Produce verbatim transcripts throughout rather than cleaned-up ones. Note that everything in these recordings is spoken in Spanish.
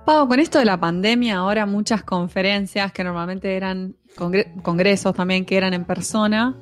Pau, con esto de la pandemia, ahora muchas conferencias que normalmente eran congre- congresos también que eran en persona,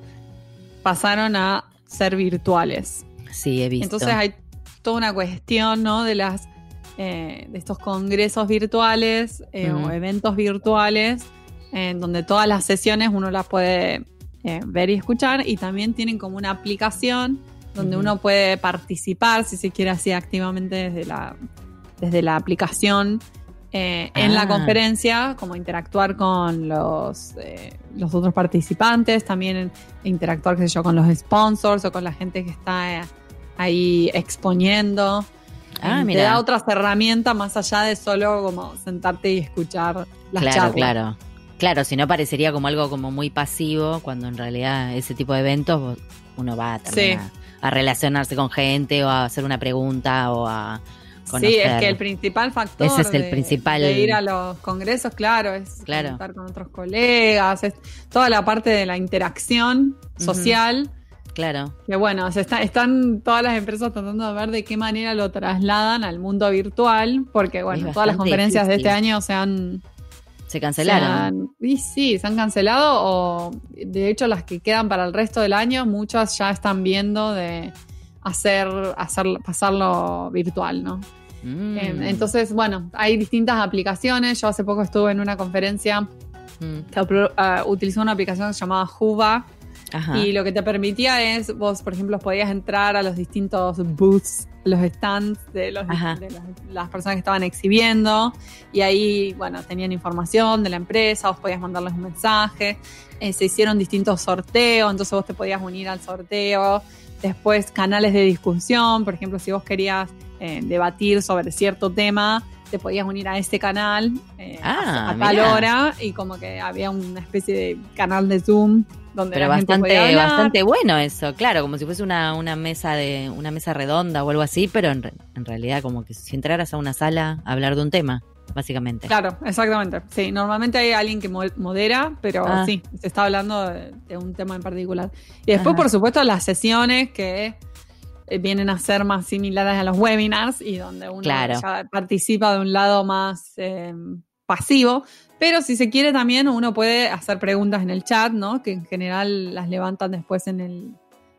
pasaron a ser virtuales. Sí, he visto. Entonces hay toda una cuestión, ¿no? De las eh, de estos congresos virtuales eh, Ujú. o eventos virtuales, en donde todas las sesiones uno las puede eh, ver y escuchar, y también tienen como una aplicación donde Ujú. uno puede participar, si se quiere, así activamente desde la, desde la aplicación eh, en la Ah. conferencia, como interactuar con los, eh, los otros participantes, también interactuar, qué sé yo, con los sponsors o con la gente que está eh, ahí exponiendo. Ah, Eh, te mira. da otras herramientas más allá de solo como sentarte y escuchar las Claro, charlas. claro. Claro, si no parecería como algo como muy pasivo, cuando en realidad ese tipo de eventos vos- uno va también Sí. a, a relacionarse con gente o a hacer una pregunta o a conocer. Sí, es que el principal factor Ese es el de, principal- de ir a los congresos, claro, es Claro. conectar con otros colegas, es toda la parte de la interacción social. Claro. Que bueno, se está, están todas las empresas tratando de ver de qué manera lo trasladan al mundo virtual, porque bueno, Es todas las bastante conferencias de difícil. este año se han, Se cancelaron. se han- y sí, se han cancelado, o de hecho las que quedan para el resto del año, muchas ya están viendo de hacer, hacer pasarlo virtual, ¿no? Mm. Eh, entonces, bueno, hay distintas aplicaciones. Yo hace poco estuve en una conferencia Mm. que uh, utilizó una aplicación que se llamaba Juba. Ajá. Y lo que te permitía es, vos, por ejemplo, podías entrar a los distintos booths, los stands de, los, Ajá. de los- las personas que estaban exhibiendo, y ahí, bueno, tenían información de la empresa, vos podías mandarles un mensaje, eh, se hicieron distintos sorteos, entonces vos te podías unir al sorteo, después canales de discusión, por ejemplo, si vos querías eh, debatir sobre cierto tema, te podías unir a ese canal eh, Ah, a, a tal mirá. hora, y como que había una especie de canal de Zoom donde Pero la gente podía bastante, hablar. bastante bueno eso, claro, como si fuese una, una mesa de, una mesa redonda o algo así, pero en, re- en realidad como que si entraras a una sala a hablar de un tema, básicamente. Claro, exactamente. Sí, normalmente hay alguien que mo- modera, pero Ah. sí, se está hablando de, de un tema en particular. Y después, Ajá. por supuesto, las sesiones que eh, vienen a ser más similares a los webinars y donde uno Claro. ya participa de un lado más eh, pasivo. Pero si se quiere también uno puede hacer preguntas en el chat, ¿no? Que en general las levantan después en el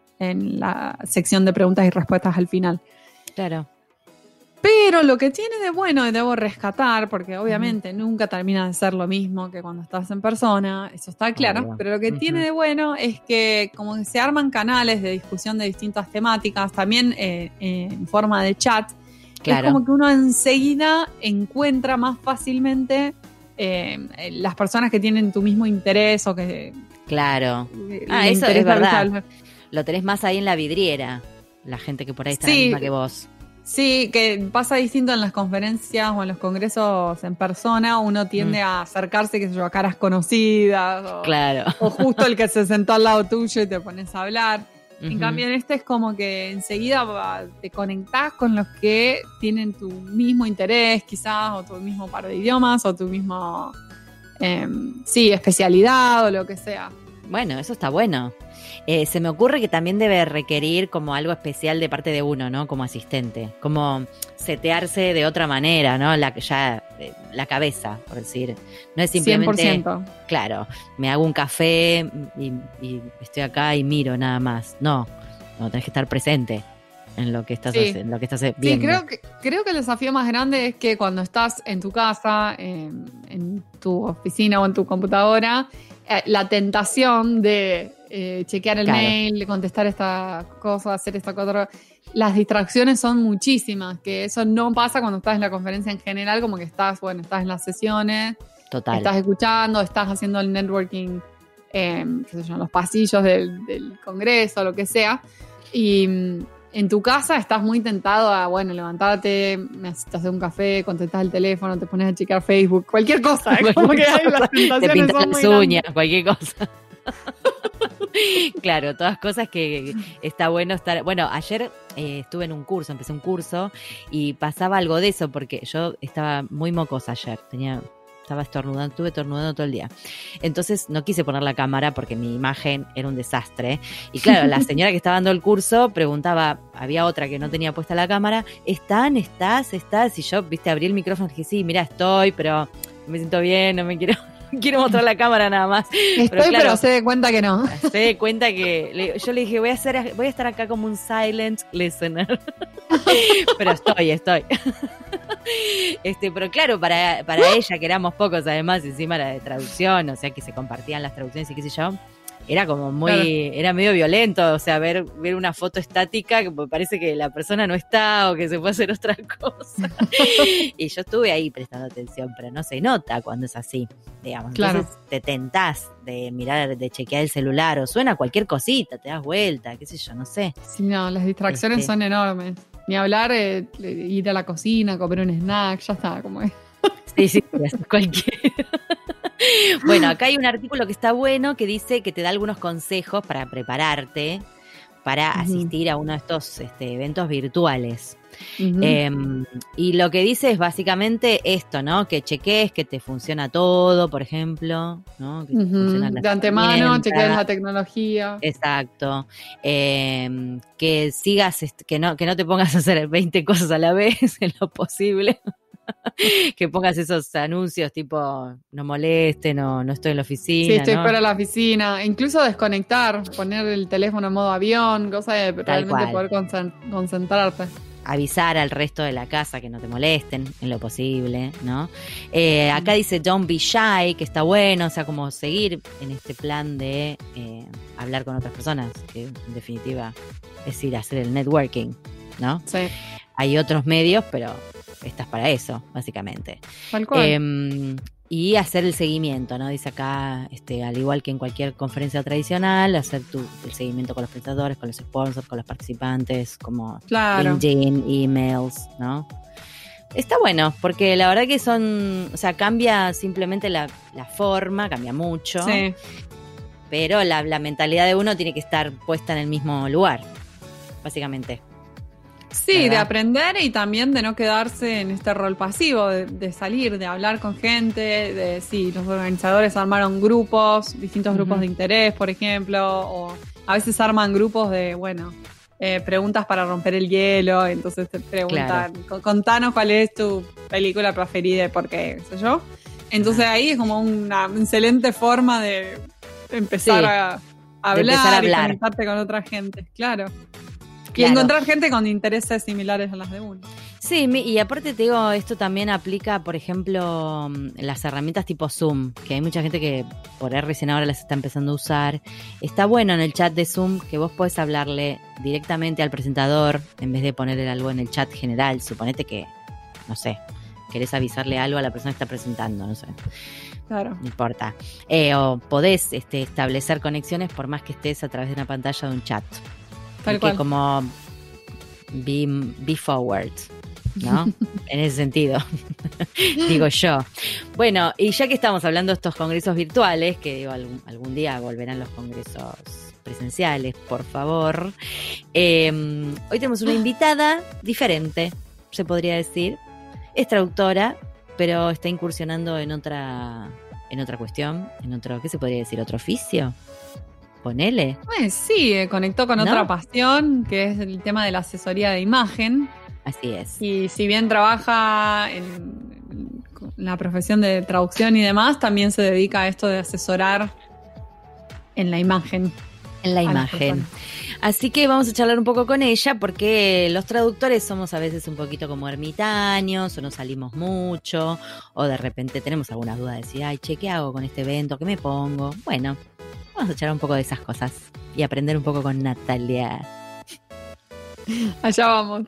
en la sección de preguntas y respuestas al final. Claro. Pero lo que tiene de bueno, y debo rescatar, porque obviamente uh-huh. nunca termina de ser lo mismo que cuando estás en persona, eso está claro, Obvio. pero lo que uh-huh. tiene de bueno es que como que se arman canales de discusión de distintas temáticas, también eh, eh, en forma de chat, Claro. es como que uno enseguida encuentra más fácilmente eh, las personas que tienen tu mismo interés o que... Claro. Eh, ah, eso es verdad. Lo tenés más ahí en la vidriera, la gente que por ahí está sí. la misma que vos. Sí, que pasa distinto en las conferencias o en los congresos en persona, uno tiende mm. a acercarse, qué sé yo, a caras conocidas, o, claro. o justo el que se sentó al lado tuyo y te pones a hablar. Uh-huh. En cambio, en este es como que enseguida te conectás con los que tienen tu mismo interés, quizás, o tu mismo par de idiomas, o tu mismo, eh, sí, especialidad, o lo que sea. Bueno, eso está bueno. Eh, se me ocurre que también debe requerir como algo especial de parte de uno, ¿no? Como asistente, como setearse de otra manera, ¿no? La, ya, eh, la cabeza, por decir. No es simplemente, cien por ciento. Claro, me hago un café y, y estoy acá y miro nada más. No, no, tenés que estar presente en lo que estás, sí. en lo que estás viendo. Sí, creo que, creo que el desafío más grande es que cuando estás en tu casa, en, en tu oficina o en tu computadora, eh, la tentación de eh, chequear el claro. mail, de contestar esta cosa, hacer esta cosa, las distracciones son muchísimas, que eso no pasa cuando estás en la conferencia en general, como que estás, bueno, estás en las sesiones, Total. estás escuchando, estás haciendo el networking, eh, qué sé yo, en los pasillos del, del congreso, lo que sea, y en tu casa estás muy tentado a, bueno, levantarte, necesitas hacer un café, contestas el teléfono, te pones a checar Facebook, cualquier cosa, ¿eh? Como que hay las tentaciones te pintas son las muy uñas, grandes. Cualquier cosa. Claro, todas cosas que está bueno estar. Bueno, ayer eh, estuve en un curso, empecé un curso y pasaba algo de eso porque yo estaba muy mocosa ayer, tenía estaba estornudando, estuve estornudando todo el día. Entonces no quise poner la cámara porque mi imagen era un desastre. Y claro, la señora que estaba dando el curso preguntaba, había otra que no tenía puesta la cámara, ¿están? ¿Estás? ¿Estás? Y yo, viste, abrí el micrófono y dije, sí, mira, estoy, pero me siento bien, no me quiero... Quiero mostrar la cámara nada más. Estoy, pero, claro, pero se dé cuenta que no. Se dé cuenta que... Le, yo le dije, voy a, hacer, voy a estar acá como un silent listener. Pero estoy, estoy. Este, pero claro, para, para ella, que éramos pocos además, encima era de traducción, o sea que se compartían las traducciones y qué sé yo, era como muy, claro. Era medio violento, o sea, ver, ver una foto estática que parece que la persona no está o que se puede hacer otra cosa. Y yo estuve ahí prestando atención, pero no se nota cuando es así, digamos. Claro. Entonces te tentás de mirar, de chequear el celular o suena cualquier cosita, te das vuelta, qué sé yo, no sé. Sí, no, las distracciones este... son enormes. Ni hablar, eh, ir a la cocina, comer un snack, ya está, como es. Sí, sí, cualquiera. Bueno, acá hay un artículo que está bueno que dice que te da algunos consejos para prepararte para uh-huh. asistir a uno de estos este, eventos virtuales. Uh-huh. Eh, y lo que dice es básicamente esto, ¿no? Que cheques que te funciona todo, por ejemplo, ¿no? Que uh-huh. te funciona la de antemano, cheques la tecnología. Exacto. Eh, que sigas, que no, que no te pongas a hacer veinte cosas a la vez en lo posible. Que pongas esos anuncios tipo no molesten o no estoy en la oficina. Sí, estoy ¿no? fuera de la oficina. Incluso desconectar, poner el teléfono en modo avión, cosa de Tal realmente cual. poder concentrarte. Avisar al resto de la casa que no te molesten en lo posible, ¿no? Eh, acá dice don't be shy, que está bueno, o sea, como seguir en este plan de eh, hablar con otras personas, que en definitiva es ir a hacer el networking, ¿no? Sí. Hay otros medios, pero estás para eso, básicamente. Tal cual. Eh, y hacer el seguimiento, ¿no? Dice acá, este, al igual que en cualquier conferencia tradicional, hacer tu, el seguimiento con los presentadores, con los sponsors, con los participantes, como claro. LinkedIn, emails, ¿no? Está bueno, porque la verdad que son, o sea, cambia simplemente la, la forma, cambia mucho, sí. pero la, la mentalidad de uno tiene que estar puesta en el mismo lugar, básicamente. Sí, ¿verdad? De aprender y también de no quedarse en este rol pasivo, de, de salir, de hablar con gente, de sí, los organizadores armaron grupos, distintos uh-huh. grupos de interés, por ejemplo, o a veces arman grupos de, bueno, eh, preguntas para romper el hielo, entonces te preguntan, claro. contanos cuál es tu película preferida y por qué, qué sé yo. Entonces uh-huh. ahí es como una excelente forma de empezar sí. a, a hablar, empezar a hablar y conectarte con otra gente, claro. Claro. Y encontrar gente con intereses similares a las de uno. Sí, y aparte te digo, esto también aplica, por ejemplo, las herramientas tipo Zoom, que hay mucha gente que por ahí recién ahora las está empezando a usar. Está bueno en el chat de Zoom que vos podés hablarle directamente al presentador en vez de ponerle algo en el chat general. Suponete que, no sé, querés avisarle algo a la persona que está presentando, no sé. Claro. No importa. Eh, o podés este, establecer conexiones por más que estés a través de una pantalla de un chat. Tal que cual. como be, be forward, ¿no? En ese sentido, digo yo. Bueno, y ya que estamos hablando de estos congresos virtuales, que digo, algún, algún día volverán los congresos presenciales, por favor. Eh, hoy tenemos una invitada diferente, se podría decir. Es traductora, pero está incursionando en otra, en otra cuestión, en otro, ¿qué se podría decir? ¿Otro oficio? Ponele. Pues sí, eh, conectó con ¿no? otra pasión, que es el tema de la asesoría de imagen. Así es. Y si bien trabaja en, en la profesión de traducción y demás, también se dedica a esto de asesorar en la imagen. En la imagen. Así que vamos a charlar un poco con ella, porque los traductores somos a veces un poquito como ermitaños, o no salimos mucho, o de repente tenemos alguna duda de decir, ay, che, ¿qué hago con este evento? ¿Qué me pongo? Bueno, vamos a charlar un poco de esas cosas y aprender un poco con Natalia. Allá vamos.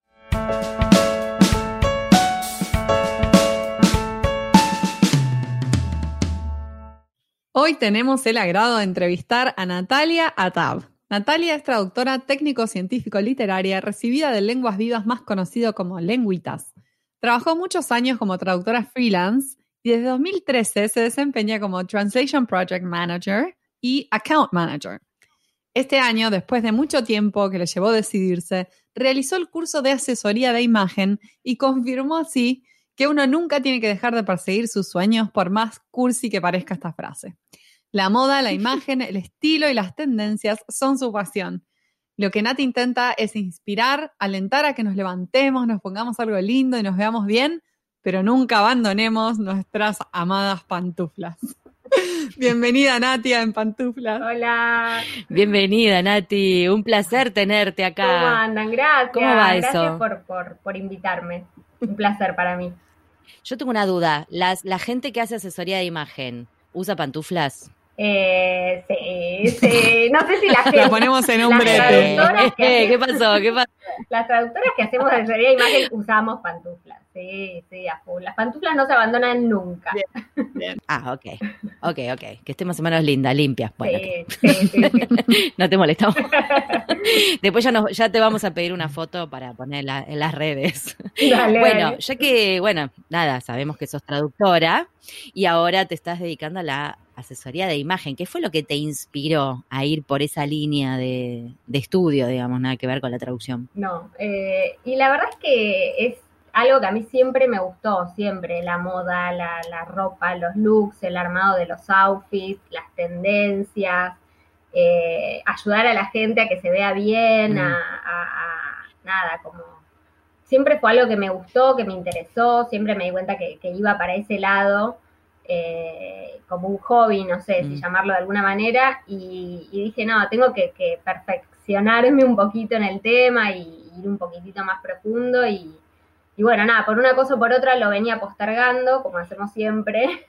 Hoy tenemos el agrado de entrevistar a Natalia Atab. Natalia es traductora técnico-científico-literaria recibida de Lenguas Vivas, más conocido como Lengüitas. Trabajó muchos años como traductora freelance y desde dos mil trece se desempeña como Translation Project Manager y Account Manager. Este año, después de mucho tiempo que le llevó a decidirse, realizó el curso de asesoría de imagen y confirmó así que uno nunca tiene que dejar de perseguir sus sueños por más cursi que parezca esta frase. La moda, la imagen, el estilo y las tendencias son su pasión. Lo que Nati intenta es inspirar, alentar a que nos levantemos, nos pongamos algo lindo y nos veamos bien, pero nunca abandonemos nuestras amadas pantuflas. Bienvenida, Nati, a En Pantuflas. Hola. Bienvenida, Nati. Un placer tenerte acá. ¿Cómo andan? Gracias. ¿Cómo va Gracias eso? por, por, por invitarme. Un placer para mí. Yo tengo una duda. Las, la gente que hace asesoría de imagen, ¿usa pantuflas? Eh, sí, sí. No sé si la gente... La ponemos en un las brete. traductoras que Eh, ¿Qué pasó? ¿Qué pasó? Las traductoras que hacemos de asesoría de imagen usamos pantuflas. Sí, sí, a full. Las pantuflas no se abandonan nunca. Bien, bien. Ah, ok. Ok, ok. Que esté más o menos linda, limpia. Bueno, Sí, ok. sí, sí, sí. No te molestamos. Después ya, nos, ya te vamos a pedir una foto para ponerla en las redes. Dale, Bueno, dale. ya que, bueno, nada, sabemos que sos traductora y ahora te estás dedicando a la asesoría de imagen. ¿Qué fue lo que te inspiró a ir por esa línea de, de estudio, digamos, nada que ver con la traducción? No, eh, y la verdad es que es algo que a mí siempre me gustó, siempre, la moda, la, la ropa, los looks, el armado de los outfits, las tendencias, eh, ayudar a la gente a que se vea bien, Mm. a, a, a nada, como siempre fue algo que me gustó, que me interesó, siempre me di cuenta que, que iba para ese lado, eh, como un hobby, no sé Mm. si llamarlo de alguna manera, y, y dije, no, tengo que, que perfeccionarme un poquito en el tema y ir un poquitito más profundo y, y bueno, nada, por una cosa o por otra lo venía postergando, como hacemos siempre,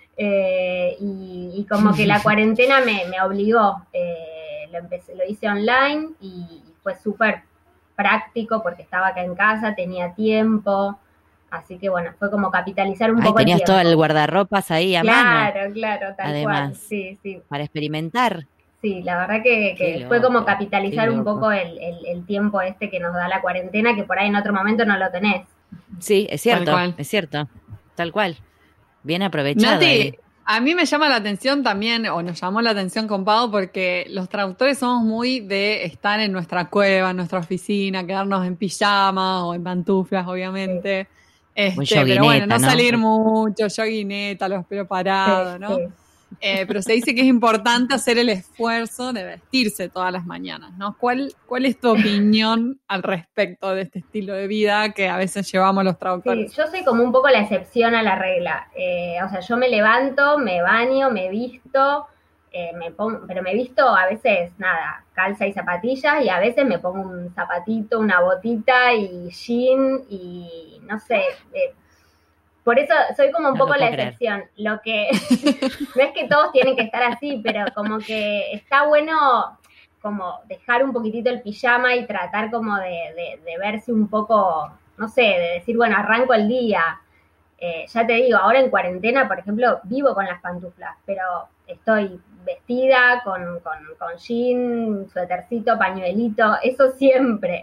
eh, y, y como que la cuarentena me, me obligó, eh, lo, empecé, lo hice online y fue súper práctico porque estaba acá en casa, tenía tiempo, así que bueno, fue como capitalizar un Ay, poco el tenías tiempo. todo el guardarropas ahí a mano Claro, claro, tal Además. cual, sí, sí, para experimentar. sí, la verdad que, Qué que fue como loco, capitalizar qué un loco. poco el, el, el tiempo este que nos da la cuarentena, que por ahí en otro momento no lo tenés. Sí, es cierto, Tal cual. es cierto, tal cual. Bien aprovechado Nati, ahí. a mí me llama la atención también, o nos llamó la atención con Pau, porque los traductores somos muy de estar en nuestra cueva, en nuestra oficina, quedarnos en pijama o en pantuflas, obviamente. Este, yoguineta, pero bueno, no, ¿no? salir mucho, yoguineta, los pelos parados, Sí, ¿no? sí. Eh, pero se dice que es importante hacer el esfuerzo de vestirse todas las mañanas, ¿no? ¿Cuál, cuál es tu opinión al respecto de este estilo de vida que a veces llevamos los Sí, traductores? yo soy como un poco la excepción a la regla. Eh, o sea, yo me levanto, me baño, me visto, eh, me pongo, pero me visto a veces, nada, calza y zapatillas, y a veces me pongo un zapatito, una botita y jean, y no sé. Eh, por eso soy como un No poco lo la puedo creer. excepción. Lo que no es que todos tienen que estar así, pero como que está bueno como dejar un poquitito el pijama y tratar como de, de, de verse un poco, no sé, de decir, bueno, arranco el día. Eh, ya te digo, ahora en cuarentena, por ejemplo, vivo con las pantuflas, pero estoy vestida con, con, con jean, suétercito, pañuelito, eso siempre.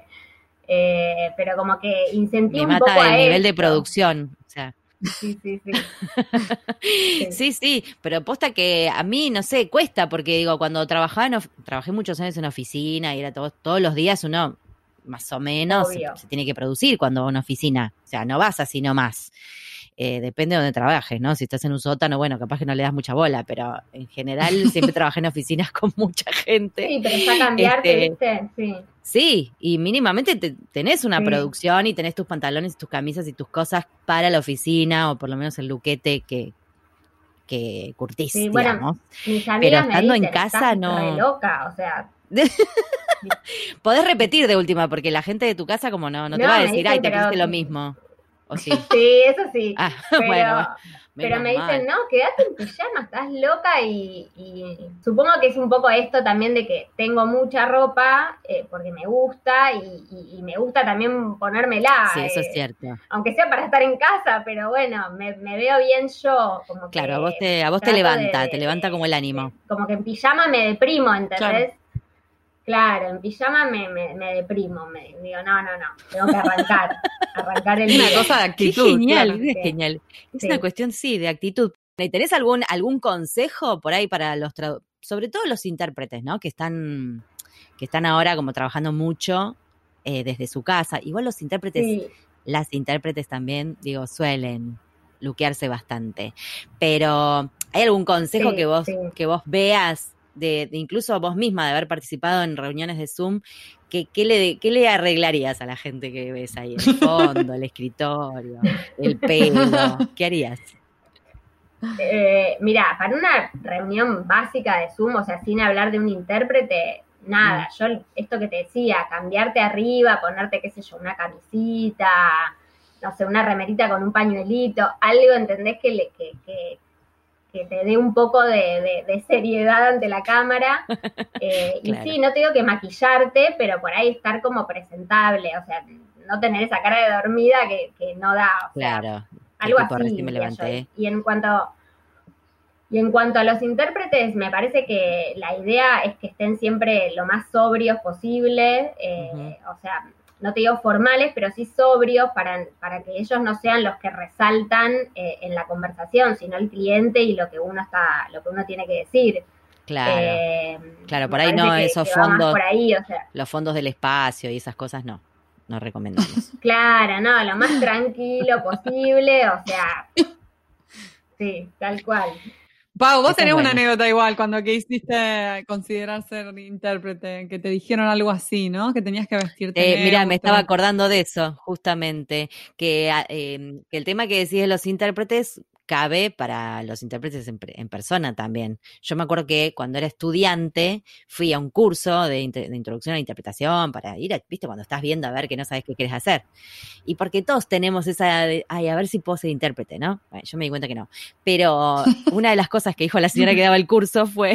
Eh, pero como que Me incentivo un poco mata a el nivel de esto. producción. O sea, Sí, sí, sí. sí, sí, pero posta que a mí, no sé, cuesta, porque digo, cuando trabajaba, en of- trabajé muchos años en oficina y era todo, todos los días uno, más o menos, se, Obvio. se tiene que producir cuando va a una oficina. O sea, no vas así nomás. Eh, depende de donde trabajes, ¿no? Si estás en un sótano, bueno, capaz que no le das mucha bola, pero en general siempre trabajé en oficinas con mucha gente. Sí, pero ya cambiarte, Este, ¿viste? Sí. Sí, y mínimamente te- tenés una Sí. producción y tenés tus pantalones, tus camisas y tus cosas para la oficina, o por lo menos el luquete que, que curtís, Sí, bueno, digamos. mis Pero amigas me estando en dicen, casa, estás no. re loca, o sea, Podés repetir de última, porque la gente de tu casa como no, no te No, va a me decir, dicen, ay, te pero- pusiste lo mismo. O sí. sí, eso sí, Ah, pero, bueno, pero menos me dicen, mal. no, quédate en pijama, estás loca y, y supongo que es un poco esto también de que tengo mucha ropa eh, porque me gusta y, y- y me gusta también ponérmela, Sí, eso eh, es cierto. aunque sea para estar en casa, pero bueno, me, me veo bien yo, como Claro, que a vos te, a vos te trato levanta, de- te de- levanta de- como el ánimo. de- como que en pijama me deprimo, ¿entendés? Claro. Claro, en pijama me, me, me deprimo, me digo, no, no, no, tengo que arrancar, arrancar el Es una día. cosa de Qué actitud. genial, claro. es Sí. genial. Es Sí. una cuestión, sí, de actitud. ¿Y ¿Tenés algún, algún consejo por ahí para los, tradu- sobre todo los intérpretes, ¿no? Que están, que están ahora como trabajando mucho eh, desde su casa. Igual los intérpretes Sí, las intérpretes también, digo, suelen luquearse bastante. Pero, ¿hay algún consejo Sí, que vos, sí. que vos veas, de, de incluso vos misma, de haber participado en reuniones de Zoom, que, ¿qué, le, ¿qué le arreglarías a la gente que ves ahí? El fondo, el escritorio, el pelo, ¿qué harías? Eh, mira, para una reunión básica de Zoom, o sea, sin hablar de un intérprete, nada, Mm. yo esto que te decía, cambiarte arriba, ponerte, qué sé yo, una camisita, no sé, una remerita con un pañuelito, algo, ¿entendés? Que, le, que, que, que te dé un poco de, de, de seriedad ante la cámara. Eh, Claro. Y sí, no te digo que maquillarte, pero por ahí estar como presentable, o sea, no tener esa cara de dormida que, que no da, o sea, Claro. algo tipo, así, recién me diría yo. levanté. Y en cuanto y en cuanto a los intérpretes, me parece que la idea es que estén siempre lo más sobrios posible, eh, Ujú. o sea, no te digo formales, pero sí sobrios para, para que ellos no sean los que resaltan eh, en la conversación, sino el cliente y lo que uno está, lo que uno tiene que decir. Claro. Eh, Claro, me por ahí parece no, que, esos que va más fondos, por ahí, o sea, los fondos del espacio y esas cosas no, no recomendamos. claro, no, lo más tranquilo posible, o sea, sí, tal cual. Pau, vos Esa es tenés una buena. anécdota igual cuando quisiste considerar ser intérprete, que te dijeron algo así, ¿no? Que tenías que vestirte Eh, mira, me estaba neutro. acordando de eso, justamente, que, ah, eh, que el tema que decís de los intérpretes cabe para los intérpretes en, pre- en persona también. Yo me acuerdo que cuando era estudiante fui a un curso de, inter- de introducción a la interpretación para ir, a, viste, cuando estás viendo a ver que no sabes qué quieres hacer. Y porque todos tenemos esa de, ay, a ver si puedo ser intérprete, ¿no? Bueno, yo me di cuenta que no. Pero una de las cosas que dijo la señora que daba el curso fue,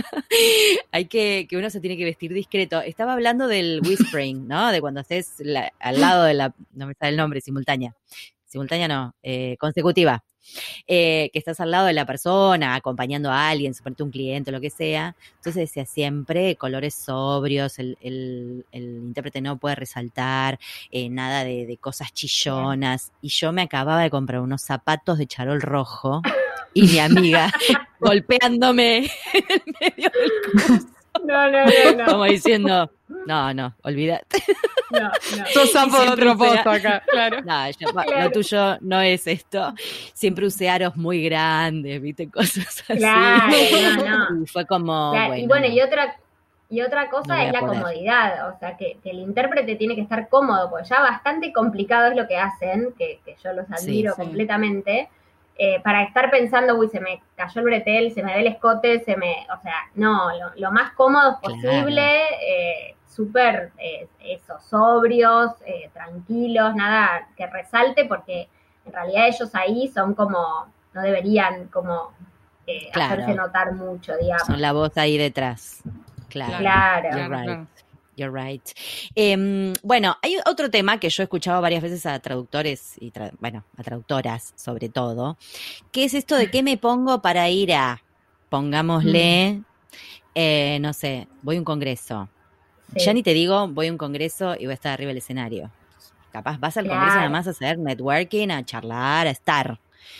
hay que, que uno se tiene que vestir discreto. Estaba hablando del whispering, ¿no? De cuando estés la- al lado de la, no me sale el nombre, simultánea. Simultánea no, eh, consecutiva. Eh, que estás al lado de la persona, acompañando a alguien, suponete un cliente o lo que sea. Entonces decía siempre colores sobrios, el, el, el intérprete no puede resaltar, eh, nada de, de cosas chillonas. Y yo me acababa de comprar unos zapatos de charol rojo y mi amiga golpeándome en el medio del curso. No, no, no, no. Como diciendo, no, no, olvídate. No, no. Sos sapo de siempre otro pozo usé- acá, claro. No, yo- Claro. lo tuyo no es esto. Siempre usé aros muy grandes, viste, cosas así. Claro, no, no. Y fue como, Claro, bueno, y bueno, no, y otra y otra no cosa voy es a la poder. comodidad, o sea, que, que el intérprete tiene que estar cómodo, porque ya bastante complicado es lo que hacen, que, que yo los admiro Sí. completamente, eh, para estar pensando, uy, se me cayó el bretel, se me ve el escote, se me, o sea, no, lo, lo más cómodos posible, Claro. eh, súper, eh, eso, sobrios, eh, tranquilos, nada que resalte, porque en realidad ellos ahí son como, no deberían como eh, Claro. hacerse notar mucho, digamos. Son la voz ahí detrás. Claro. Claro. You're Claro, right. claro. You're right. Eh, bueno, hay otro tema que yo he escuchado varias veces a traductores y, tra- bueno, a traductoras sobre todo, que es esto de qué me pongo para ir a, pongámosle, eh, no sé, voy a un congreso. Sí. Ya ni te digo, voy a un congreso y voy a estar arriba del escenario. Capaz vas al congreso Claro. nada más a hacer networking, a charlar, a estar.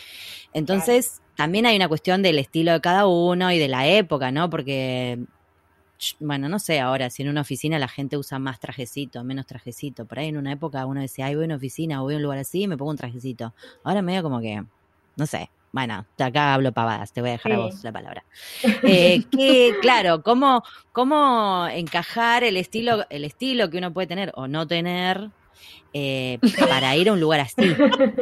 Entonces, también hay una cuestión del estilo de cada uno y de la época, ¿no? Porque, ch- bueno, no sé ahora, si en una oficina la gente usa más trajecito, menos trajecito. Por ahí en una época uno decía, ay, voy a una oficina o voy a un lugar así y me pongo un trajecito. Ahora medio como que, no sé. Bueno, de acá hablo pavadas, te voy a dejar a Sí. vos la palabra. Eh, que, claro, cómo, cómo encajar el estilo, el estilo que uno puede tener o no tener eh, para ir a un lugar así.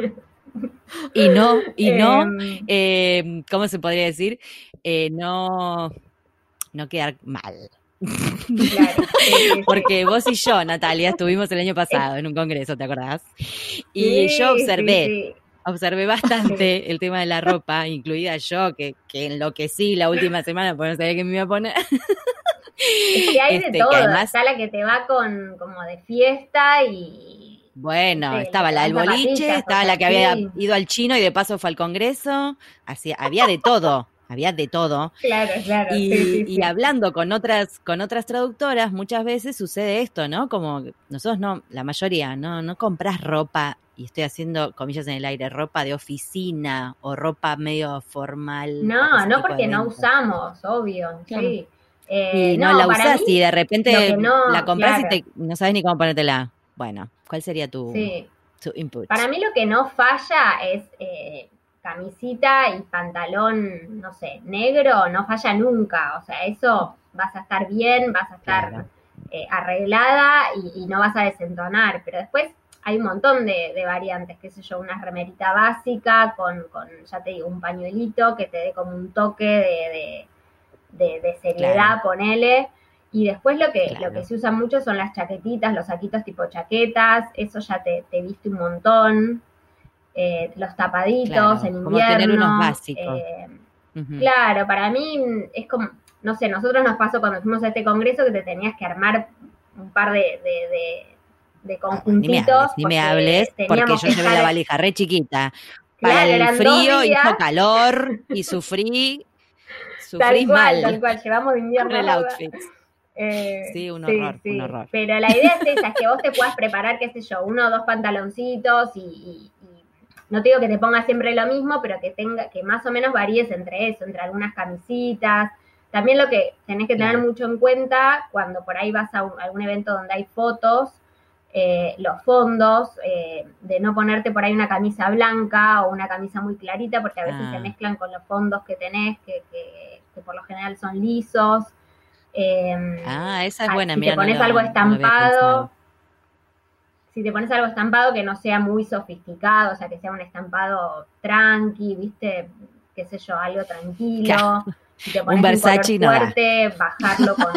Y no, y no, Em, eh, ¿cómo se podría decir? Eh, no, no quedar mal. claro, sí, sí, sí. Porque vos y yo, Natalia, estuvimos el año pasado en un congreso, ¿te acordás? Y Sí, yo observé, sí, sí. observé bastante el tema de la ropa, incluida yo, que, que enloquecí la última semana porque no sabía qué me iba a poner. Es que hay Este, de que todo, además- está la que te va con como de fiesta y... Bueno, Sí, estaba que la te del dan boliche, zapatillas, estaba o sea, la que había sí. ido al chino y de paso fue al congreso, así, había de todo, había de todo. Claro, claro, Y, sí, sí, y sí. hablando con otras, con otras traductoras, muchas veces sucede esto, ¿no? Como nosotros no, la mayoría, no, no compras ropa, y estoy haciendo comillas en el aire, ropa de oficina o ropa medio formal. para No, ese no tipo de porque no eventos. usamos, obvio, Claro. sí. Eh, Y no, la para usás mí, y de lo repente que no, la compras claro. y te, no sabes ni cómo ponértela. Bueno, ¿cuál sería tu, Sí. to input. Para mí lo que no falla es eh, camisita y pantalón, no sé, negro, no falla nunca. O sea, eso vas a estar bien, vas a estar Claro. eh, arreglada y, y no vas a desentonar. Pero después hay un montón de, de variantes, qué sé yo, una remerita básica con, con, ya te digo, un pañuelito que te dé como un toque de, de, de, de seriedad, Claro. ponele. Y después lo que, Claro. lo que se usa mucho son las chaquetitas, los saquitos tipo chaquetas, eso ya te, te viste un montón. Eh, los tapaditos Claro, en invierno. como tener unos básicos. Eh, Ujú. claro, para mí es como, no sé, nosotros nos pasó cuando fuimos a este congreso que te tenías que armar un par de, de, de, de conjuntitos. Ni me hables, ni me hables, porque yo llevé la valija re chiquita. Claro, Para el eran dos frío días. hizo calor y sufrí, Tal sufrí cual, mal tal cual, llevamos de invierno. con el ¿verdad? outfit. Eh, Sí, un sí, horror, sí. un horror. Pero la idea es esa, es que vos te puedas preparar, qué sé yo, uno o dos pantaloncitos y, y, y no te digo que te pongas siempre lo mismo, pero que tenga, que más o menos varíes entre eso, entre algunas camisitas. También lo que tenés que tener Claro. mucho en cuenta cuando por ahí vas a un, algún evento donde hay fotos, eh, los fondos, eh, de no ponerte por ahí una camisa blanca o una camisa muy clarita, porque a veces Ah. se mezclan con los fondos que tenés, que, que, que por lo general son lisos. Eh, Ah, esa es buena, si mira, te pones no lo, algo no lo había estampado, pensado. si te pones algo estampado que no sea muy sofisticado, o sea, que sea un estampado tranqui, viste, qué sé yo, algo tranquilo. Claro. Si te Un pones un, Versace color no da. fuerte, bajarlo con...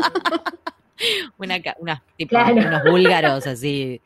Una, ca- una- tipo, Claro. unos búlgaros así,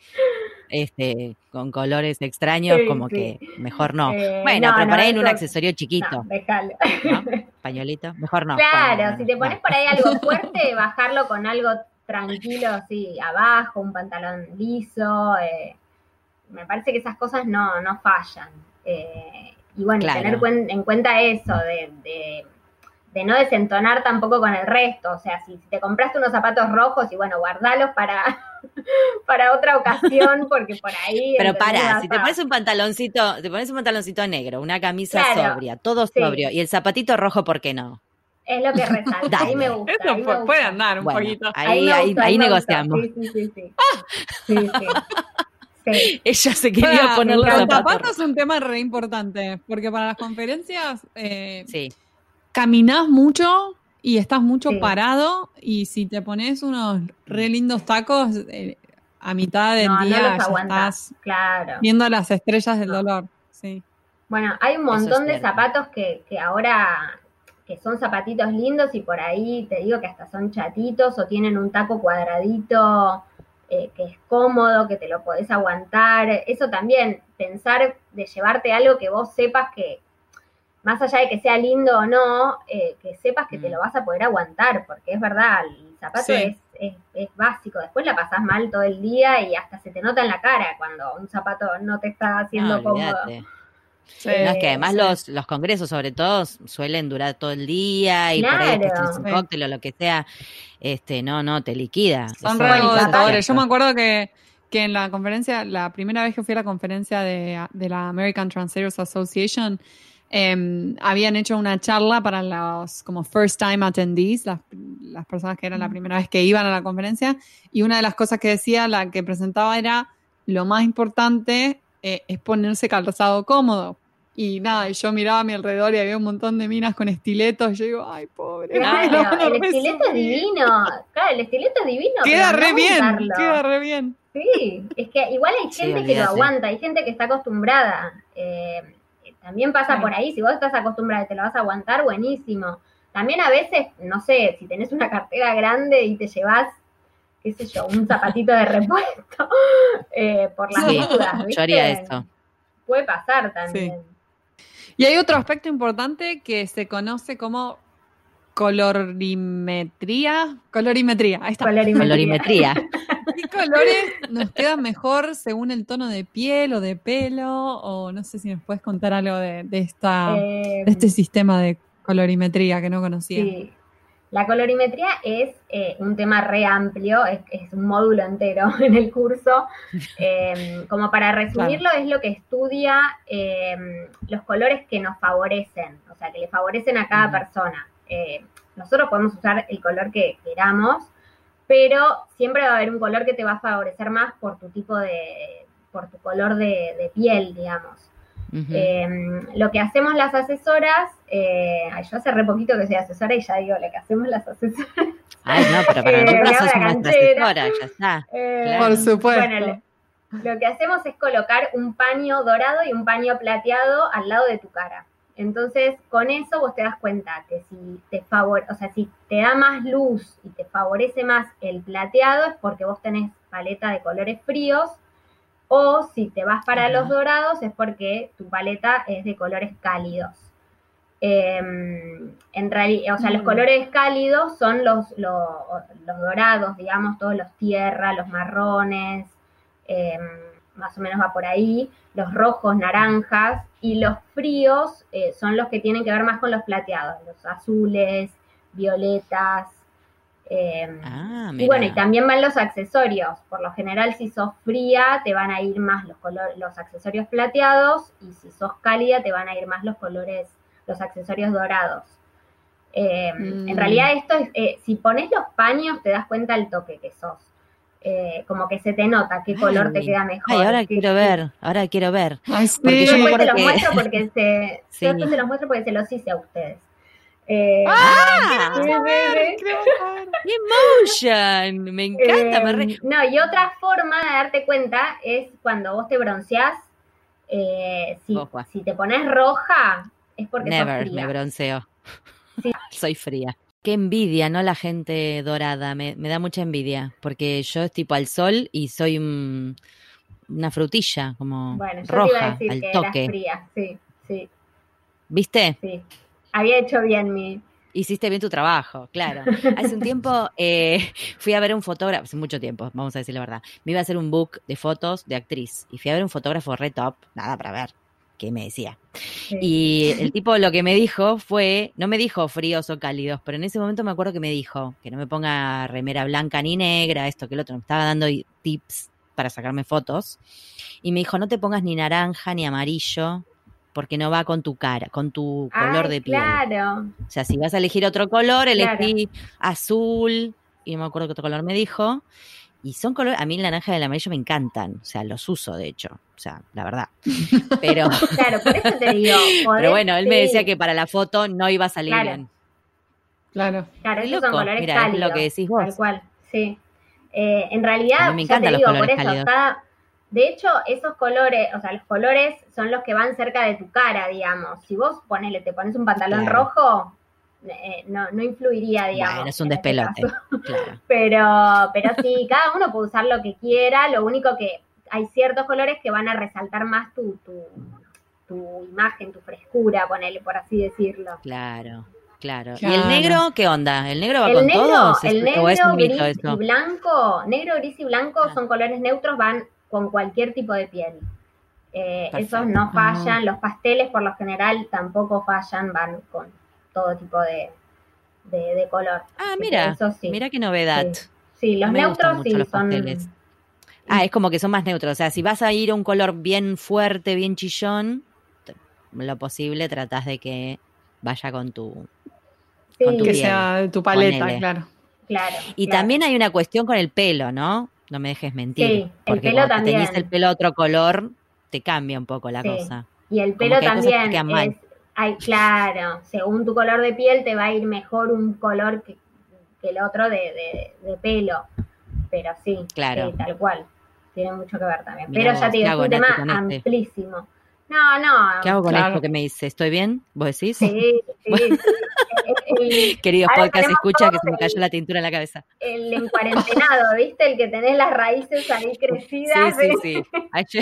este, con colores extraños, Sí, como sí. que mejor no. Eh, Bueno, no, pero no, por ahí en un eso- accesorio chiquito, No, déjalo. ¿no? Pañuelito, mejor no. Claro, Bueno, no, si no, te pones no. por ahí algo fuerte, bajarlo con algo tranquilo, así, abajo, un pantalón liso. Eh, me parece que esas cosas no, no fallan. Eh, y bueno, Claro. tener cuen- en cuenta eso, de, de, de no desentonar tampoco con el resto. O sea, si, si te compraste unos zapatos rojos y bueno, guardalos para, para otra ocasión, porque por ahí... Pero ¿entendés? pará, Vas si te a- pones un pantaloncito, te pones un pantaloncito negro, una camisa Claro, sobria, todo sí. sobrio, y el zapatito rojo, ¿por qué no? Es lo que resalta, ahí me Dale. gusta. Eso ahí me pu- gusta. puede andar un Bueno, poquito. ahí, me ahí, gustó, ahí me gustó. negociamos. Sí, sí, sí, sí. Sí, sí. Sí. Ella se quería Pará, poner los los zapatos. zapatos es un tema re importante, porque para las conferencias eh, Sí, caminás mucho y estás mucho Sí. parado, y si te pones unos re lindos tacos, eh, a mitad del No, no día los ya aguantás. estás Claro. viendo las estrellas del No. dolor. Sí. Bueno, hay un Eso es montón de cierto. zapatos que, que ahora que son zapatitos lindos y por ahí te digo que hasta son chatitos o tienen un taco cuadradito eh, que es cómodo, que te lo podés aguantar. Eso también, pensar de llevarte algo que vos sepas que, más allá de que sea lindo o no, eh, que sepas que Mm. te lo vas a poder aguantar, porque es verdad, el zapato Sí. es, es, es básico. Después la pasás mal todo el día y hasta se te nota en la cara cuando un zapato no te está haciendo no, cómodo. olvídate. Sí, No, es que además sí. los, los congresos, sobre todo, suelen durar todo el día y por ahí después Claro. tenés un Sí. cóctel o lo que sea. Este, no, no, te liquida. Son Eso- re Bueno, eso es agotadores. Yo cierto. me acuerdo que, que en la conferencia, la primera vez que fui a la conferencia de, de la American Translators Association, eh, habían hecho una charla para los como first time attendees, las, las personas que eran la primera vez que iban a la conferencia, y una de las cosas que decía, la que presentaba, era lo más importante eh, es ponerse calzado cómodo. Y nada, y yo miraba a mi alrededor y había un montón de minas con estiletos. Y yo digo, ay, pobre. Claro, no, no, el me estileto es sufrí. divino. Claro, el estileto es divino. Queda pero re no bien, aguantarlo. queda re bien. Sí, es que igual hay Sí, gente que lo olvídate. aguanta, hay gente que está acostumbrada. Eh, también pasa Sí. por ahí, si vos estás acostumbrada y te lo vas a aguantar, buenísimo. También a veces, no sé, si tenés una cartera grande y te llevas, qué sé yo, un zapatito de repuesto eh, por las Sí, dudas, ¿viste? yo haría eso. Puede pasar también. Y hay otro aspecto importante que se conoce como colorimetría. Colorimetría, ahí está. Colorimetría. Colorimetría. ¿Qué colores nos quedan mejor según el tono de piel o de pelo? O no sé si nos puedes contar algo de, de esta, Eh, de este sistema de colorimetría que no conocía. Sí, la colorimetría es eh, un tema re amplio, es, es un módulo entero en el curso. Eh, como para resumirlo, es lo que estudia eh, los colores que nos favorecen, o sea, que le favorecen a cada Ujú. persona. Eh, nosotros podemos usar el color que queramos, pero siempre va a haber un color que te va a favorecer más por tu tipo de, por tu color de, de piel, digamos. Ujú. Eh, lo que hacemos las asesoras, eh, ay, yo hace re poquito que soy asesora y ya digo lo que hacemos las asesoras. Ay, no, pero para Eh, nosotras me hago sos la nuestra canchera. asesora, ya está. Eh, Claro. Por supuesto. Bueno, lo, lo que hacemos es colocar un paño dorado y un paño plateado al lado de tu cara. Entonces, con eso vos te das cuenta que si te favor, o sea, si te da más luz y te favorece más el plateado es porque vos tenés paleta de colores fríos, o si te vas para Ajá. los dorados es porque tu paleta es de colores cálidos. Eh, en realidad, o sea, los Mm. colores cálidos son los, los, los dorados, digamos, todos los tierra, los marrones, eh, más o menos va por ahí, los rojos, naranjas, y los fríos eh, son los que tienen que ver más con los plateados, los azules, violetas. Eh, Ah, y bueno, y mira. también van los accesorios. Por lo general, si sos fría, te van a ir más los, color, los accesorios plateados, y si sos cálida, te van a ir más los colores, los accesorios dorados. Eh, Mm. En realidad, esto es, eh, si pones los paños, te das cuenta el toque que sos. Eh, como que se te nota qué color te Ay. queda mejor. Ay, ahora qué- quiero ver, ahora quiero ver. Ay, Porque Yo yo me después acuerdo te los que- muestro porque se, Sí. yo después se los muestro porque se los hice a ustedes. Eh, ¡Ah! sí, sí, sí. Creo que- Emotion, me encanta, me re- Eh, no, y otra forma de darte cuenta es cuando vos te bronceás, eh, si, Ojo. si te pones roja, es porque sos Never fría. me bronceo. Sí. Soy fría. Qué envidia, ¿no? La gente dorada, me, me da mucha envidia, porque yo es tipo al sol y soy un- una frutilla, como Bueno, yo te roja, iba a decir al que toque. eras fría, sí, sí, ¿Viste? sí. Había hecho bien mi... Hiciste bien tu trabajo, claro. Hace un tiempo eh, fui a ver un fotógrafo, hace mucho tiempo, vamos a decir la verdad. Me iba a hacer un book de fotos de actriz y fui a ver un fotógrafo re top, nada para ver, qué me decía. Sí. Y el tipo lo que me dijo fue, no me dijo fríos o cálidos, pero en ese momento me acuerdo que me dijo que no me ponga remera blanca ni negra, esto que el otro, me estaba dando tips para sacarme fotos. Y me dijo, no te pongas ni naranja ni amarillo, porque no va con tu cara, con tu color Ay, de piel. claro. O sea, si vas a elegir otro color, elegí Claro. azul, y no me acuerdo qué otro color me dijo. Y son colores, a mí el naranja y el amarillo me encantan, o sea, los uso de hecho, o sea, la verdad. Pero, Claro, por eso te digo. podés- pero bueno, él me sí, decía que para la foto no iba a salir Claro. bien. Claro. Claro, Qué esos loco. son colores Mira, es cálidos. lo que decís vos. Tal cual, sí. Eh, en realidad, A mí me ya te encantan los digo, por colores eso, cálidos. cada, de hecho, esos colores, o sea, los colores son los que van cerca de tu cara, digamos. Si vos ponele, te pones un pantalón Claro. rojo, eh, no, no influiría, digamos. Bueno, es un en este despelote, caso. claro. Pero, pero sí, cada uno puede usar lo que quiera, lo único que hay ciertos colores que van a resaltar más tu, tu, tu imagen, tu frescura, ponele, por así decirlo. Claro, claro. ¿Y Claro. el negro qué onda? ¿El negro va El con negro, todos? el ¿Es- negro, ¿O es un mito gris eso? y blanco, negro, gris y blanco Ah. son colores neutros, van con cualquier tipo de piel. Eh, Perfecto. esos no fallan, los pasteles por lo general tampoco fallan, van con todo tipo de, de, de color. Ah, Así que mira, eso sí. mira qué novedad. Sí, sí, los No me gustan neutros mucho sí los son... pasteles. Ah, es como que son más neutros. O sea, si vas a ir a un color bien fuerte, bien chillón, t- lo posible tratás de que vaya con tu... Sí, con tu Que piel, sea tu paleta, ponele. claro. claro. Y claro. también hay una cuestión con el pelo, ¿no? No me dejes mentir. Sí, el porque pelo cuando te también. teñís el pelo otro color, te cambia un poco la Sí. cosa. Y el Como pelo que hay cosas que también quedan mal. es, hay, claro, según tu color de piel te va a ir mejor un color que, que el otro de, de, de pelo. Pero sí, Claro. sí, tal cual. Tiene mucho que ver también. Mirá Pero vos, ya te digo, ¿qué es hago, un Nati, tema con este? amplísimo. No, no. ¿Qué hago con Claro. esto que me dice? ¿Estoy bien? ¿Vos decís? Sí, sí, sí. El, Queridos ahora podcast, tenemos escucha que todos se me cayó el- la tintura en la cabeza. el encuarentenado, ¿viste? El que tenés las raíces ahí crecidas. Sí, sí, sí. Ayer-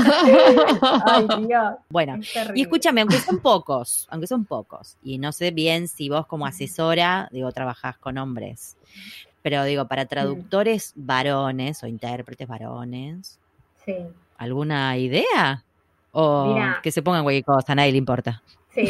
Ay, Dios. Bueno, Es terrible. y escúchame, aunque son pocos, aunque son pocos, y no sé bien si vos como asesora, digo, trabajás con hombres, pero digo, para traductores varones o intérpretes varones, Sí, ¿alguna idea? O Mirá. que se pongan cualquier cosa, a nadie le importa. sí.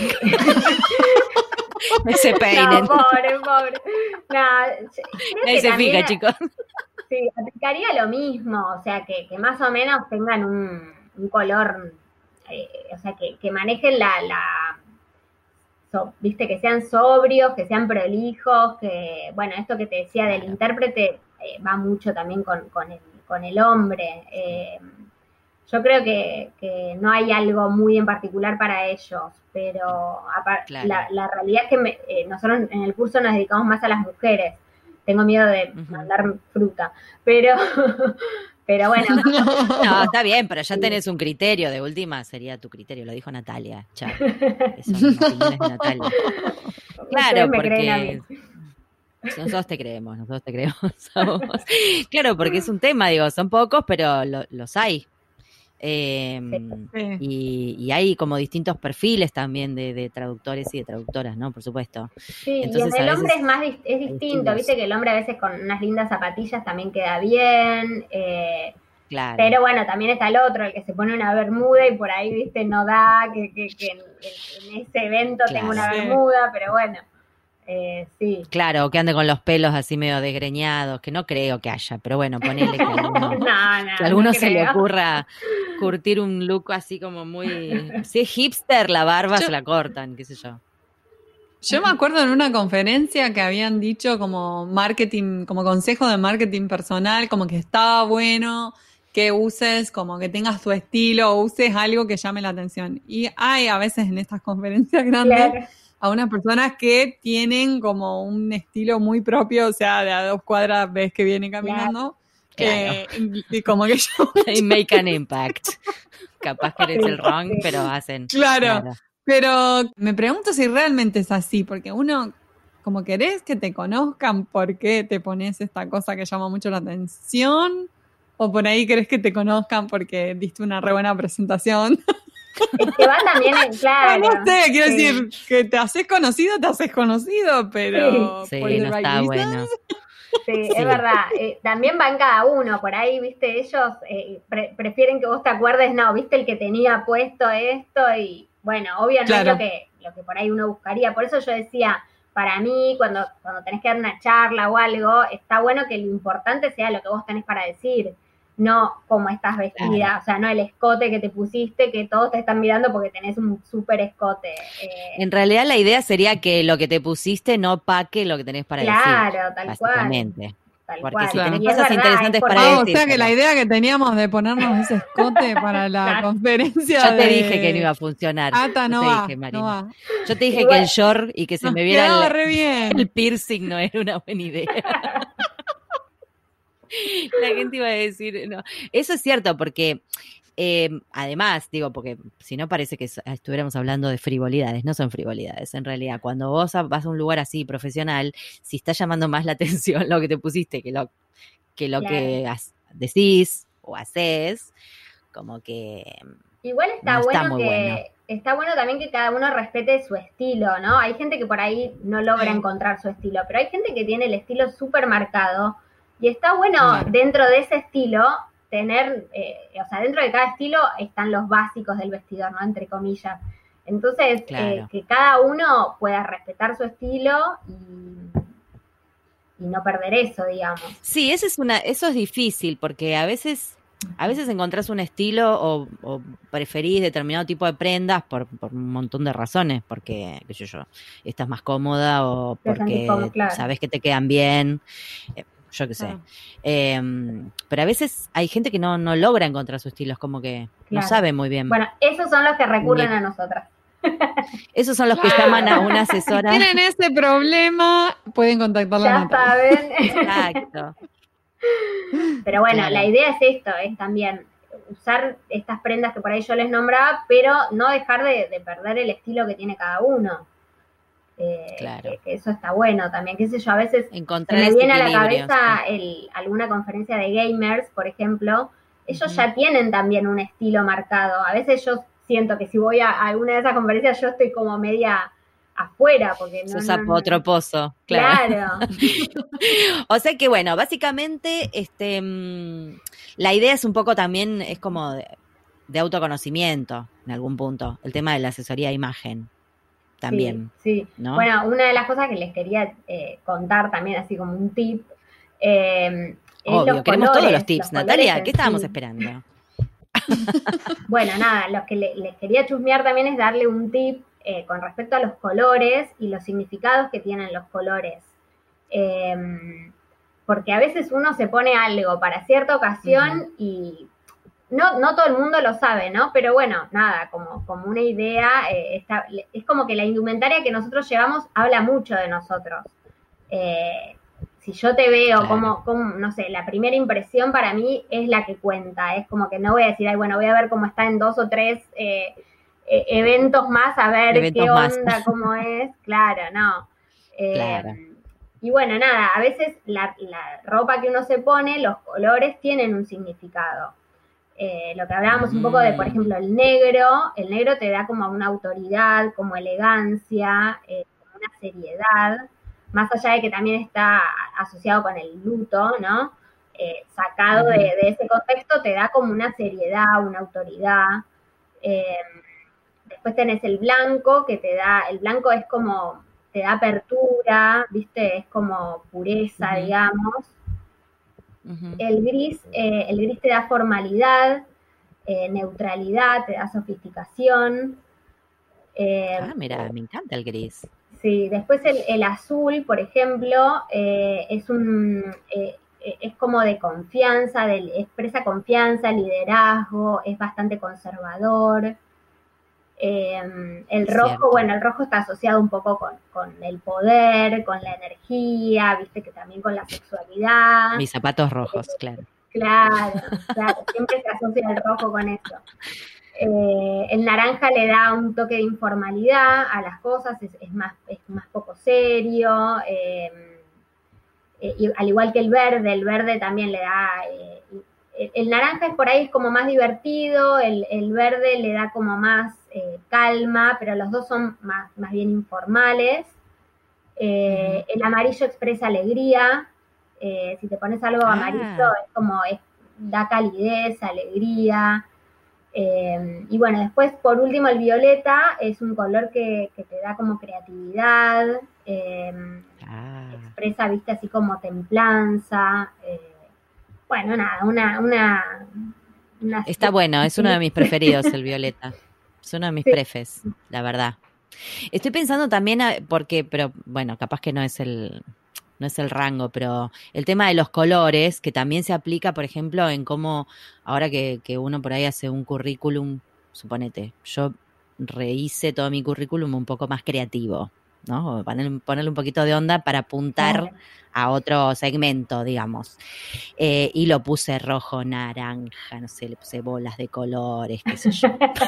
Se peinen. No, pobre, pobre. No, creo Nadie que se también, fija, chicos. Sí, aplicaría lo mismo, o sea, que, que más o menos tengan un, un color, eh, o sea, que, que manejen la, la so- viste, que sean sobrios, que sean prolijos, que, bueno, esto que te decía del Claro. intérprete eh, va mucho también con, con, el, con el hombre. Eh, yo creo que, que no hay algo muy en particular para ellos, pero apar- Claro. la, la realidad es que me- eh, nosotros en el curso nos dedicamos más a las mujeres. Tengo miedo de Ujú. mandar fruta, pero, pero bueno, No, está bien, pero ya tenés un criterio, de última sería tu criterio, lo dijo Natalia. Chao. Eso son opiniones de Natalia. Claro, ustedes me creen a mí. porque nosotros te creemos, nosotros te creemos a vos. Claro, porque es un tema, digo, son pocos, pero lo- los hay. Eh, Sí. y, y hay como distintos perfiles también de, de traductores y de traductoras, ¿no? Por supuesto. Sí, Entonces, y en a el hombre veces es más dis- es hay distinto, estilos. viste que el hombre a veces con unas lindas zapatillas también queda bien, eh, Claro. pero bueno, también está el otro, el que se pone una bermuda y por ahí, viste, no da, que, que, que en, en ese evento Claro. tengo una Sí. bermuda, pero bueno, eh, sí. Claro, que ande con los pelos así medio desgreñados, que no creo que haya, pero bueno, ponele que a alguno, No, no, que a alguno no se le creo. ocurra curtir un look así como muy... Si es hipster, la barba Yo- se la cortan, qué sé yo. Yo me acuerdo en una conferencia que habían dicho como marketing, como consejo de marketing personal, como que estaba bueno que uses, como que tengas tu estilo o uses algo que llame la atención. Y hay a veces en estas conferencias grandes Claro. a unas personas que tienen como un estilo muy propio, o sea, de a dos cuadras ves que viene caminando. Claro. eh, y, y como que yo, They make an impact. Capaz que eres Sí, el wrong, sí. pero hacen... claro, Claro. pero me pregunto si realmente es así, porque uno, como querés que te conozcan, ¿por qué te pones esta cosa que llama mucho la atención? O por ahí querés que te conozcan porque diste una re buena presentación. Es que va también en, claro. No sé, quiero sí. decir, que te haces conocido, te haces conocido, pero Sí, por the no right está reasons. bueno. Sí, Sí. es verdad. Eh, también va en cada uno. Por ahí, viste, ellos eh, pre- prefieren que vos te acuerdes, no, viste el que tenía puesto esto y bueno, obvio no Claro. es lo que, lo que por ahí uno buscaría. Por eso yo decía, para mí, cuando, cuando tenés que dar una charla o algo, está bueno que lo importante sea lo que vos tenés para decir, no cómo estás vestida, Claro. o sea, no el escote que te pusiste, que todos te están mirando porque tenés un súper escote. Eh, En realidad la idea sería que lo que te pusiste no opaque lo que tenés para Claro, decir. tal básicamente. tal Porque cual. si Claro. tenés Y es cosas verdad, interesantes es porque- para Ah, o decir. sea que pero- la idea que teníamos de ponernos ese escote para la Claro. conferencia Yo te de dije que no iba a funcionar. Ata Yo no te va, dije, Marina. no va. Yo te dije Igual- que el short y que se Nos me viera quedaba el, re bien. el piercing no era una buena idea. La gente iba a decir, no. Eso es cierto, porque eh, además, digo, porque si no parece que so- estuviéramos hablando de frivolidades, no son frivolidades. En realidad, cuando vos a- vas a un lugar así profesional, si está llamando más la atención lo que te pusiste que lo que, lo Claro. que has- decís o haces, como que Igual está no está bueno muy que bueno. está bueno también que cada uno respete su estilo, ¿no? Hay gente que por ahí no logra Sí. encontrar su estilo, pero hay gente que tiene el estilo súper marcado y está bueno Claro. dentro de ese estilo tener, eh, o sea, dentro de cada estilo están los básicos del vestidor, ¿no? Entre comillas. Entonces, Claro. eh, que cada uno pueda respetar su estilo y, y no perder eso, digamos. Sí, eso es una, eso es difícil, porque a veces, a veces encontrás un estilo o, o preferís determinado tipo de prendas por, por un montón de razones, porque, qué sé yo, estás más cómoda o Te sentís porque cómodo, claro. sabes que te quedan bien, eh, yo qué sé. Claro. Eh, pero a veces hay gente que no, no logra encontrar su estilo, es como que no Claro. sabe muy bien. Bueno, esos son los que recurren Ni- a nosotras. Esos son los que llaman a una Si asesora. tienen ese problema, pueden contactarla a Ya Natalia. saben. Exacto. Pero bueno, Claro. la idea es esto, es también usar estas prendas que por ahí yo les nombraba, pero no dejar de, de perder el estilo que tiene cada uno. Eh, Claro. que, que eso está bueno también, qué sé yo, a veces se Encontrar me ese viene a la equilibrio, cabeza sí. el, alguna conferencia de gamers, por ejemplo, ellos Ujú. ya tienen también un estilo marcado. A veces yo siento que si voy a alguna de esas conferencias yo estoy como media afuera, porque no... Sos no, no- otro pozo, claro. Claro. O sea que bueno, básicamente este mm, la idea es un poco también, es como de, de autoconocimiento en algún punto, el tema de la asesoría de imagen también, Sí, sí. ¿no? Bueno, una de las cosas que les quería eh, contar también, así como un tip, eh, es Obvio, los queremos colores, todos los tips, los colores Natalia, en ¿qué estábamos sí. esperando? Bueno, nada, lo que le- les quería chusmear también es darle un tip eh, con respecto a los colores y los significados que tienen los colores. Eh, porque a veces uno se pone algo para cierta ocasión Ujú. y no, no todo el mundo lo sabe, ¿no? Pero bueno, nada, como, como una idea, eh, está, es como que la indumentaria que nosotros llevamos habla mucho de nosotros. Eh, si yo te veo Claro. como, como, no sé, la primera impresión para mí es la que cuenta, es como que no voy a decir, ay, bueno, voy a ver cómo está en dos o tres eh, eh, eventos más, a ver Eventos qué más. onda, cómo es, claro, no. Eh, Claro. Y bueno, nada, a veces la, la ropa que uno se pone, los colores tienen un significado. Eh, lo que hablábamos mm. un poco de, por ejemplo, el negro, el negro te da como una autoridad, como elegancia, eh, como una seriedad, más allá de que también está asociado con el luto, ¿no? Eh, sacado uh-huh. de, de ese contexto, te da como una seriedad, una autoridad. Eh, después tenés el blanco, que te da, el blanco es como, te da apertura, ¿viste? Es como pureza, uh-huh. digamos. Uh-huh. El gris, eh, el gris te da formalidad, eh, neutralidad, te da sofisticación. Eh, ah, mira, me encanta el gris. Sí, después el, el azul, por ejemplo, eh, es un eh, es como de confianza, de, expresa confianza, liderazgo, es bastante conservador. Eh, el rojo, Cierto. bueno, el rojo está asociado un poco con, con el poder, con la energía, viste que también con la sexualidad. Mis zapatos rojos, eh, claro. Claro, claro, siempre se asocia el rojo con eso. Eh, el naranja le da un toque de informalidad a las cosas, es, es, más, es más poco serio, eh, eh, y, al igual que el verde, el verde también le da... Eh, el, el naranja es por ahí como más divertido, el, el verde le da como más eh, calma, pero los dos son más, más bien informales. Eh, uh-huh. El amarillo expresa alegría, eh, si te pones algo ah. amarillo es como, es, da calidez, alegría. Eh, y bueno, después por último el violeta es un color que, que te da como creatividad, eh, ah. expresa, viste, así como templanza. Eh, bueno, nada, una... una, una Está bueno, es uno de mis preferidos el violeta. Es uno de mis sí. prefes, la verdad. Estoy pensando también, a, porque, pero bueno, capaz que no es el... no es el rango, pero el tema de los colores, que también se aplica, por ejemplo, en cómo, ahora que, que uno por ahí hace un currículum, suponete, yo rehice todo mi currículum un poco más creativo, ¿no? Ponerle, ponerle un poquito de onda para apuntar claro. a otro segmento, digamos. Eh, y lo puse rojo, naranja, no sé, le puse bolas de colores, qué sé yo.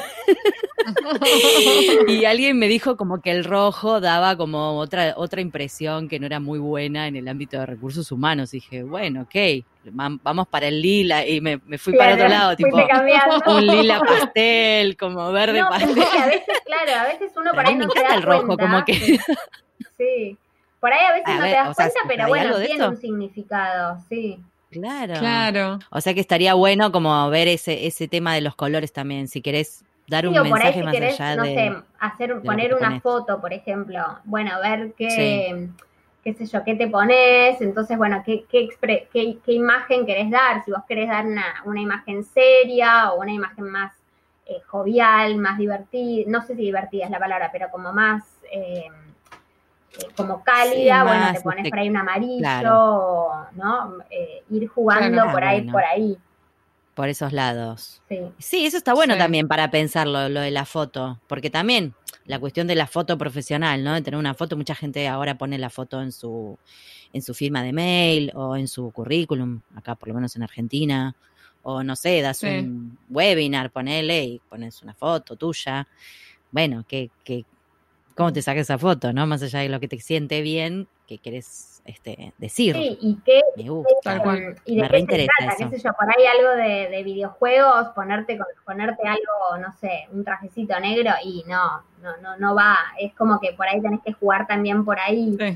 Y alguien me dijo como que el rojo daba como otra otra impresión que no era muy buena en el ámbito de recursos humanos. Y dije, bueno, ok, vamos para el lila. Y me, me fui claro, para otro lado, tipo un lila pastel, como verde no, pastel. Sí, a veces, claro, a veces uno por ahí no me se da el rojo, cuenta. Como que... Sí, por ahí a veces a no ver, te das o sea, cuenta, pero bueno, tiene esto? un significado, sí. Claro. Claro. O sea que estaría bueno como ver ese, ese tema de los colores también, si querés dar sí, un o por mensaje ahí, si más querés, allá no de, sé, hacer, poner una pones. foto, por ejemplo, bueno, ver qué, sí. qué sé yo, qué te pones, entonces, bueno, qué, qué, expre- qué, qué imagen querés dar, si vos querés dar una, una imagen seria o una imagen más eh, jovial, más divertida, no sé si divertida es la palabra, pero como más... Eh, Eh, como cálida, sí, bueno, te pones este, por ahí un amarillo, claro. ¿no? Eh, ir jugando claro. por ahí, bueno. por ahí. Por esos lados. Sí, sí eso está bueno sí. también para pensarlo, lo de la foto, porque también la cuestión de la foto profesional, ¿no? De tener una foto, mucha gente ahora pone la foto en su, en su firma de mail o en su currículum, acá por lo menos en Argentina, o no sé, das sí. un webinar, ponele y pones una foto tuya. Bueno, que... que ¿cómo te sacas esa foto, no? Más allá de lo que te siente bien, que querés este, decir. Sí, y que me gusta, eh, y de me qué se trata, eso. Qué sé yo, por ahí algo de, de videojuegos, ponerte ponerte algo, no sé, un trajecito negro y no, no, no, no va, es como que por ahí tenés que jugar también por ahí. Sí.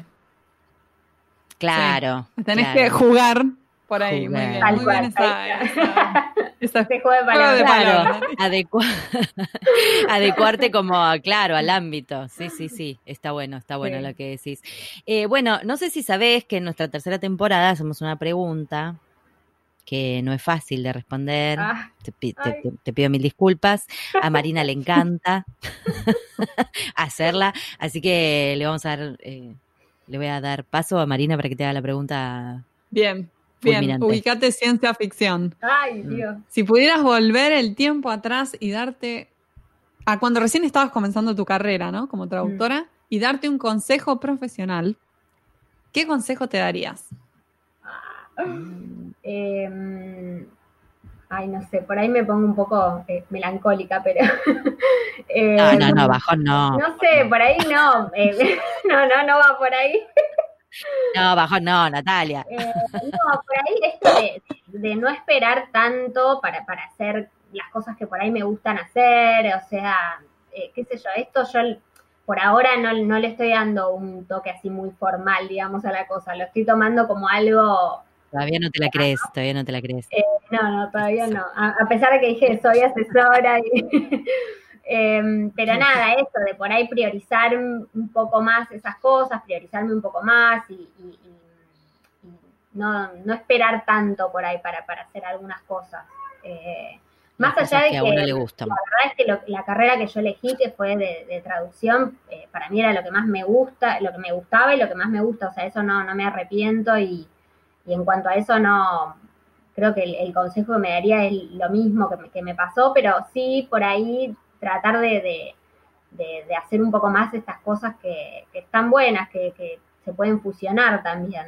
Claro. Sí. Tenés claro. que jugar por ahí, jugar. muy bien, Tal muy cual, bien esa, esa, esa ese juego de palabras. Claro, adecua- adecuarte como, claro, al ámbito. Sí, sí, sí, está bueno, está bueno sí. lo que decís. Eh, bueno, no sé si sabés que en nuestra tercera temporada hacemos una pregunta que no es fácil de responder. Ah, te, te, te, te pido mil disculpas. A Marina le encanta hacerla, así que le vamos a dar, eh, le voy a dar paso a Marina para que te haga la pregunta. Bien. Bien, fulminante. ubicate ciencia ficción. Ay, Dios. Si pudieras volver el tiempo atrás y darte, a cuando recién estabas comenzando tu carrera, ¿no? Como traductora, mm. y darte un consejo profesional, ¿qué consejo te darías? Ah, eh, ay, no sé, por ahí me pongo un poco eh, melancólica, pero... eh, no, no, no, bajón no. No sé, por ahí no. Eh, no, no, no va por ahí. No, bajón no, Natalia. Eh, no, por ahí esto de, de no esperar tanto para, para hacer las cosas que por ahí me gustan hacer, o sea, eh, qué sé yo, esto yo por ahora no, no le estoy dando un toque así muy formal, digamos, a la cosa, lo estoy tomando como algo... Todavía no te la crees, ¿no? todavía no te la crees. Eh, no, no, todavía no, a, a pesar de que dije soy asesora y... Eh, pero nada, eso de por ahí priorizar un poco más esas cosas, priorizarme un poco más y, y, y, y no, no esperar tanto por ahí para, para hacer algunas cosas. Eh, más Las allá de que, que, a uno le gustan. La verdad es que lo, la carrera que yo elegí, que fue de, de traducción, eh, para mí era lo que más me gusta, lo que me gustaba y lo que más me gusta, o sea, eso no, no me arrepiento y, y en cuanto a eso no... Creo que el, el consejo que me daría es lo mismo que me, que me pasó, pero sí por ahí tratar de, de, de, de hacer un poco más estas cosas que, que están buenas, que, que se pueden fusionar también.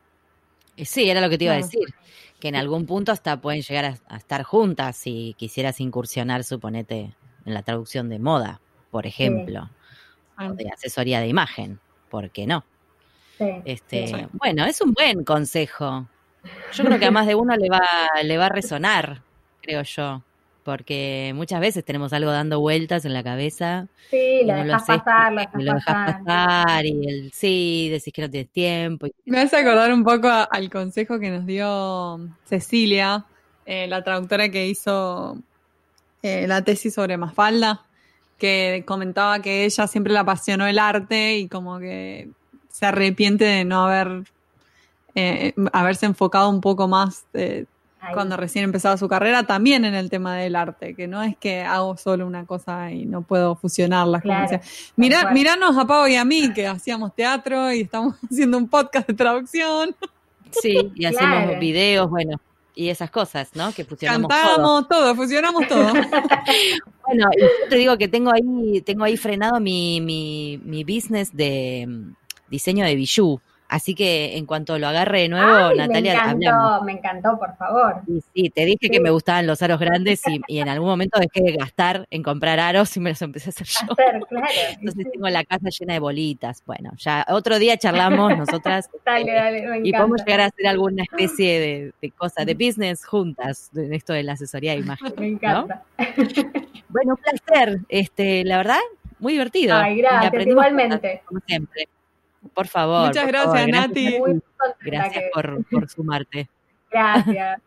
Sí, era lo que te iba a decir, que en algún punto hasta pueden llegar a, a estar juntas si quisieras incursionar, suponete, en la traducción de moda, por ejemplo, sí. o de asesoría de imagen, ¿por qué no? Sí, este, sí. Bueno, es un buen consejo. Yo creo que a más de uno le va, le va a resonar, creo yo. Porque muchas veces tenemos algo dando vueltas en la cabeza. Sí, lo no dejas lo pasar, lo dejas lo dejas pasar, y el sí, decís que no tienes tiempo. Y... Me hace acordar un poco a, al consejo que nos dio Cecilia, eh, la traductora que hizo eh, la tesis sobre Mafalda, que comentaba que ella siempre le apasionó el arte y como que se arrepiente de no haber eh, haberse enfocado un poco más eh, Ahí. cuando recién empezaba su carrera, también en el tema del arte, que no es que hago solo una cosa y no puedo fusionarlas. Claro, como decía. Mirá, bueno. Miranos a Pau y a mí, que hacíamos teatro y estamos haciendo un podcast de traducción. Sí, y hacemos claro. videos, bueno, y esas cosas, ¿no? Que fusionamos Cantamos todo. todo, fusionamos todo. Bueno, y yo te digo que tengo ahí, tengo ahí frenado mi, mi, mi business de um, diseño de bijú. Así que en cuanto lo agarre de nuevo, Ay, Natalia, me encantó, hablamos. Me encantó, por favor. Y sí, te dije sí. que me gustaban los aros grandes y, y en algún momento dejé de gastar en comprar aros y me los empecé a hacer yo. Hacer, claro. Entonces sí. tengo la casa llena de bolitas. Bueno, ya otro día charlamos nosotras. dale, eh, dale, me y podemos llegar a hacer alguna especie de, de cosa, de business juntas, en esto de la asesoría de imagen. Me encanta. ¿no? Bueno, un placer. Este, la verdad, muy divertido. Ay, gracias, igualmente. Cosas, como siempre. Por favor. Muchas por gracias, favor. Nati. Gracias, Muy gracias que... por, por sumarte. Gracias.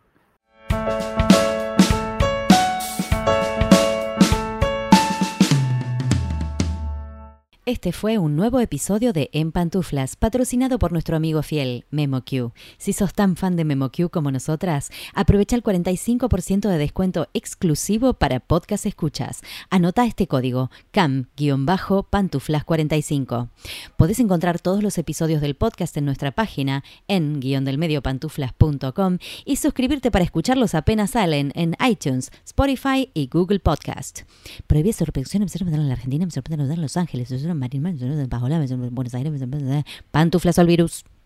Este fue un nuevo episodio de En Pantuflas, patrocinado por nuestro amigo fiel, MemoQ. Si sos tan fan de MemoQ como nosotras, aprovecha el cuarenta y cinco por ciento de descuento exclusivo para podcast escuchas. Anota este código, C A M Pantuflas cuarenta y cinco. Podés encontrar todos los episodios del podcast en nuestra página en guion del medio pantuflas punto com y suscribirte para escucharlos apenas salen en iTunes, Spotify y Google Podcast. Prohibida su reproducción en la Argentina, en Los Ángeles, Buenos Aires, Pantuflas al virus.